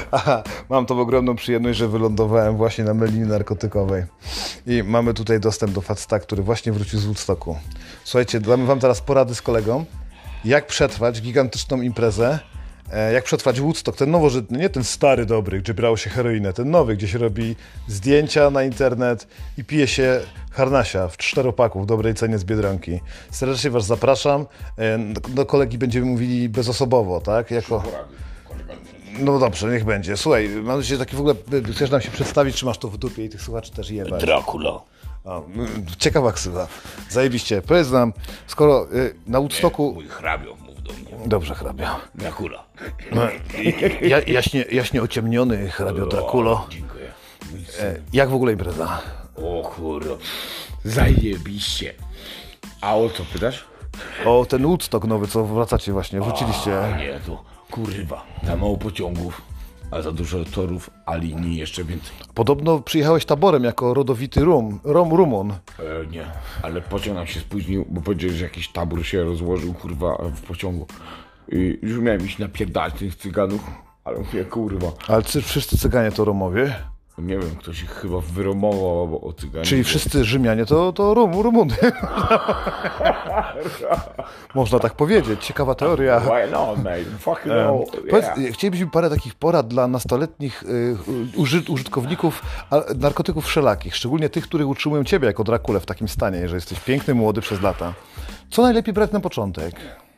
Aha, mam tą ogromną przyjemność, że wylądowałem właśnie na melinie narkotykowej. I mamy tutaj dostęp do faceta, który właśnie wrócił z Woodstocku. Słuchajcie, damy wam teraz porady z kolegą, jak przetrwać gigantyczną imprezę, jak przetrwać Woodstock, ten nowożytny, nie ten stary dobry, gdzie brało się heroinę, ten nowy, gdzie się robi zdjęcia na internet i pije się harnasia w 4-paku w dobrej cenie z Biedronki. Serdecznie was zapraszam. Do kolegi będziemy mówili bezosobowo, tak? Jako... No dobrze, niech będzie. Słuchaj, mam nadzieję, że taki w ogóle chcesz nam się przedstawić, czy masz to w dupie i tych słuchaczy też jebać. Dracula. O, ciekawa ksywa. Zajebiście. Powiedz nam, skoro na Woodstocku... Mój hrabio, mów do mnie. Dobrze, hrabio. Dracula. No, jaśnie ociemniony hrabio Draculo. Dziękuję. Jak w ogóle impreza? O kurwa. Zajebiście. A o co pytasz? O ten Woodstock nowy, co wracacie właśnie, wróciliście. A nie, to kurwa. Za mało pociągów, a za dużo torów, a linii jeszcze więcej. Podobno przyjechałeś taborem jako rodowity Rumun. Nie, ale pociąg nam się spóźnił, bo powiedzieli, że jakiś tabór się rozłożył, kurwa, w pociągu. I już miałem iść napierdalać tych cyganów, ale mówię, kurwa. Ale wszyscy Cyganie to Romowie? Nie wiem, ktoś ich chyba wyromował albo o cyganie. Czyli wszyscy Rzymianie to Rumuny. Można tak powiedzieć. Ciekawa teoria. Why not, mate? Fucking no. Chcielibyśmy parę takich porad dla nastoletnich użytkowników narkotyków wszelakich. Szczególnie tych, których utrzymują ciebie jako Drakulę w takim stanie, że jesteś piękny, młody przez lata. Co najlepiej brać na początek?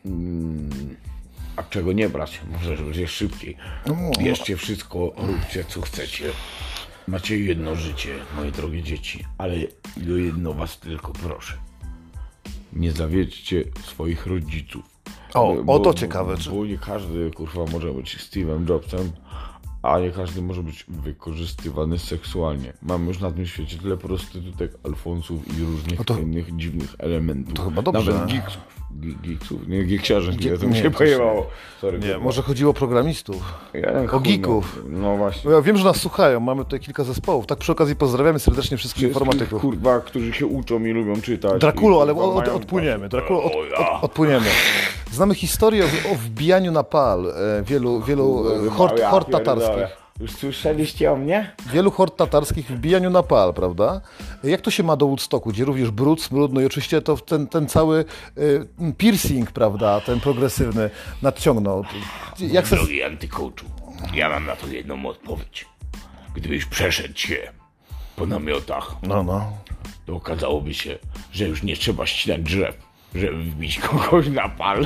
A czego nie brać? Może będzie szybciej. Bierzcie wszystko, róbcie co chcecie. Macie jedno życie, moje drogie dzieci, ale o jedno was tylko proszę. Nie zawiedźcie swoich rodziców. To ciekawe. Bo nie każdy, kurwa, może być Steve'em Jobsem, a nie każdy może być wykorzystywany seksualnie. Mamy już na tym świecie tyle prostytutek, alfonsów i różnych innych dziwnych elementów. To chyba dobrze. Nawet geeksów, nie geeksiarzy, to mi się pojebało. Sorry, nie, może chodziło o programistów, o geeków. No właśnie. Ja wiem, że nas słuchają, mamy tutaj kilka zespołów. Tak przy okazji pozdrawiamy serdecznie wszystkich informatyków. Kurwa, którzy się uczą i lubią czytać. Draculo, ale odpłyniemy. Draculo, odpłyniemy. Znamy historię o wbijaniu na pal wielu hord tatarskich. Już słyszeliście o mnie? Wielu hord tatarskich wbijaniu na pal, prawda? Jak to się ma do Woodstocku, gdzie również brud, smród, no i oczywiście to ten cały piercing, prawda, ten progresywny nadciągnął. Drogi antykołczu, ja mam na to jedną odpowiedź. Gdybyś przeszedł się po namiotach, to okazałoby się, że już nie trzeba ścinać drzew, żeby wbić kogoś na pal.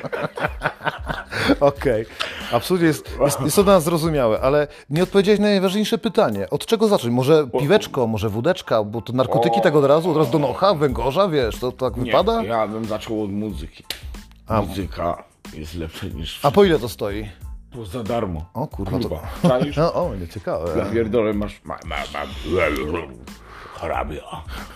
Okej. Absolutnie jest to dla nas zrozumiałe, ale nie odpowiedziałeś na najważniejsze pytanie. Od czego zacząć? Może piweczko, może wódeczka, bo to narkotyki tak od razu do nocha, węgorza, wiesz, to tak wypada? Nie, ja bym zaczął od muzyki. Muzyka jest lepsza niż... A po ile to stoi? To za darmo. O kurwa, Czaisz? nieciekawe. Ja pierdolę, masz... Hrabia.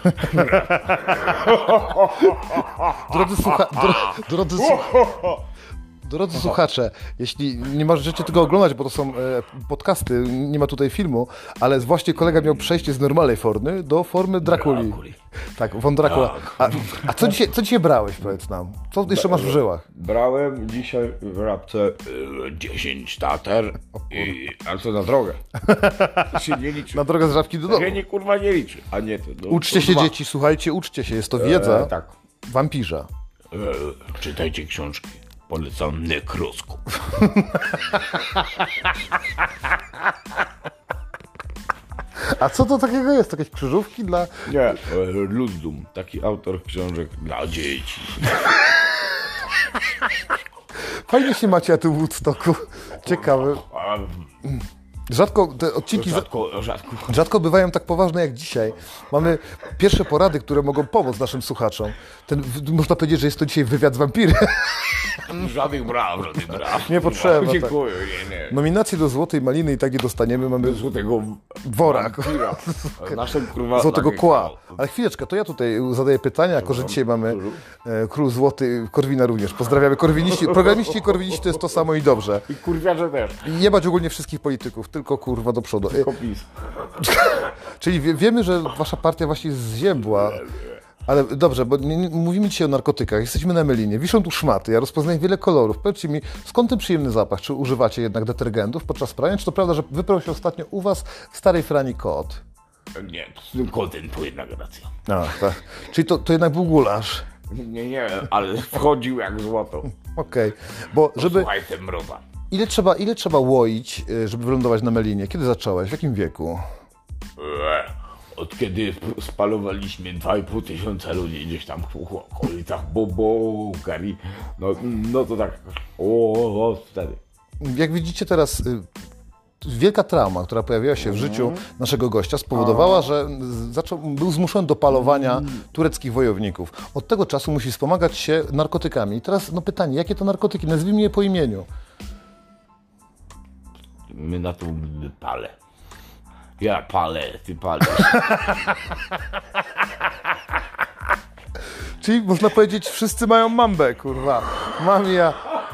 Drodzy słuchacze, jeśli nie możecie tego oglądać, bo to są podcasty, nie ma tutaj filmu, ale właśnie kolega miał przejście z normalnej formy do formy Drakuli. Tak, von Dracula. A co dzisiaj brałeś, powiedz nam? Co jeszcze masz w żyłach? Brałem dzisiaj w rabce 10 tater, ale to na drogę. To się nie liczy. Na drogę z Żabki do domu. To się kurwa nie liczy. A nie, uczcie się dzieci, słuchajcie, uczcie się, jest to wiedza tak. Wampirza. Czytajcie książki. Polecam Nekroskop. A co to takiego jest? Jakieś krzyżówki dla... Nie, Luzdum. Taki autor książek dla dzieci. Fajnie się macie na tym Woodstocku. Ciekawe. Rzadko te odcinki rzadko bywają tak poważne jak dzisiaj. Mamy pierwsze porady, które mogą pomóc naszym słuchaczom. Można powiedzieć, że jest to dzisiaj wywiad z wampirem. Żadnych braw. Nie potrzeba. Dziękuję, nie. Nominacje do Złotej Maliny i tak nie dostaniemy. Mamy złotego wora. Złotego kła. Kanał. Ale chwileczkę, to ja tutaj zadaję pytania, jako że dzisiaj mamy król złoty, Korwina również. Pozdrawiamy korwiniści. Programiści i korwiniści to jest to samo i dobrze. I kurwiarze też. I jebać ogólnie wszystkich polityków, tylko kurwa do przodu. Tylko PiS. Czyli wiemy, że wasza partia właśnie z ziem była. Ale dobrze, bo mówimy dzisiaj o narkotykach, jesteśmy na Melinie, wiszą tu szmaty, ja rozpoznaję wiele kolorów. Powiedzcie mi, skąd ten przyjemny zapach? Czy używacie jednak detergentów podczas prania? Czy to prawda, że wyprał się ostatnio u was w Starej Frani kot? Nie, z tym kotem to jednak racja. Ach, tak. Czyli to jednak był gulasz. Nie, ale wchodził jak złoto. Okej, bo żeby... Słuchaj, ten mrowa. Ile trzeba łoić, żeby wylądować na Melinie? Kiedy zacząłeś? W jakim wieku? Od kiedy spalowaliśmy 2,5 tysiąca ludzi gdzieś tam w okolicach Bułgarii, no to tak, wtedy. Jak widzicie teraz, wielka trauma, która pojawiła się w życiu naszego gościa, spowodowała, że był zmuszony do palowania tureckich wojowników. Od tego czasu musi wspomagać się narkotykami. I teraz pytanie, jakie to narkotyki? Nazwijmy je po imieniu. My na to palę. Ja palę, ty palisz. Czyli można powiedzieć, wszyscy mają mambę, kurwa. Mam ja.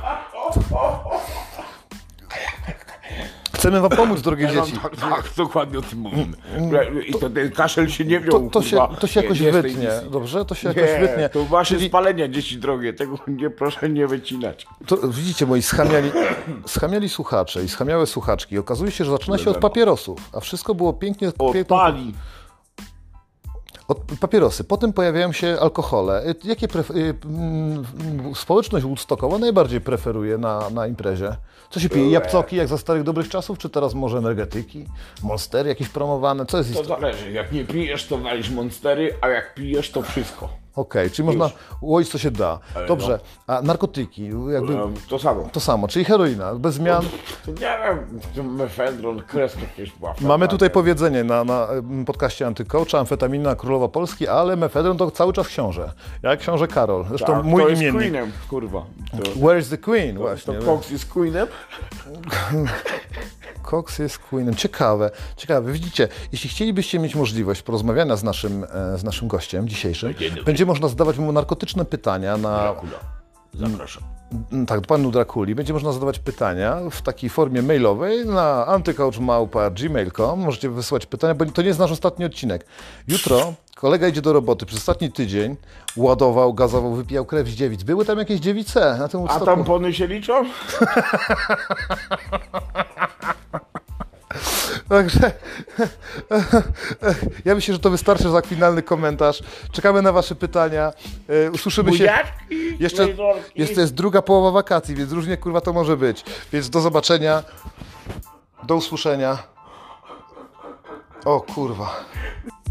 Chcemy wam pomóc, drogie dzieci. Tak, dokładnie o tym mówimy. I to ten kaszel się nie wziął, to się jakoś wytnie, dobrze? To się jakoś wytnie. To właśnie spalenia, dzieci drogie, tego proszę nie wycinać. To, widzicie, moi schamiali słuchacze i schamiałe słuchaczki. Okazuje się, że zaczyna się od papierosów, a wszystko było pięknie... Odpali. Papierosy. Potem pojawiają się alkohole. Jakie społeczność woodstockowa najbardziej preferuje na imprezie? Co się pije? Jabłcoki jak za starych dobrych czasów? Czy teraz może energetyki? Monstery jakieś promowane? Co jest To istotne? zależy. Jak nie pijesz, to walisz monstery, a jak pijesz, to wszystko. Okej, czyli można łoić co się da. Dobrze, a narkotyki? Jakby To samo. to samo, czyli heroina, bez zmian. Nie wiem, mefedron, kreska jakieś była. Mamy tutaj powiedzenie na podcaście Antycoacha, amfetamina królowa Polski, ale mefedron to cały czas książę. Jak książę Karol. Zresztą Tak, mój to jest imiennik. Queenem, kurwa. Where is the Queen? Właśnie. To Cox jest Queenem? Cox jest Queenem. Ciekawe. Widzicie, jeśli chcielibyście mieć możliwość porozmawiania z naszym gościem dzisiejszym, będzie można zadawać mu narkotyczne pytania na... Dracula. Zapraszam. Tak, do panu Drakuli. Będzie można zadawać pytania w takiej formie mailowej na antycoach@gmail.com. Możecie wysłać pytania, bo to nie jest nasz ostatni odcinek. Jutro kolega idzie do roboty. Przez ostatni tydzień ładował, gazował, wypijał krew z dziewic. Były tam jakieś dziewice na tym A Woodstocku? tampony się liczą? Także ja myślę, że to wystarczy za finalny komentarz. Czekamy na wasze pytania. Usłyszymy się. Buziaczki, Jeszcze jest druga połowa wakacji, więc różnie kurwa to może być. Więc do zobaczenia. Do usłyszenia. O kurwa.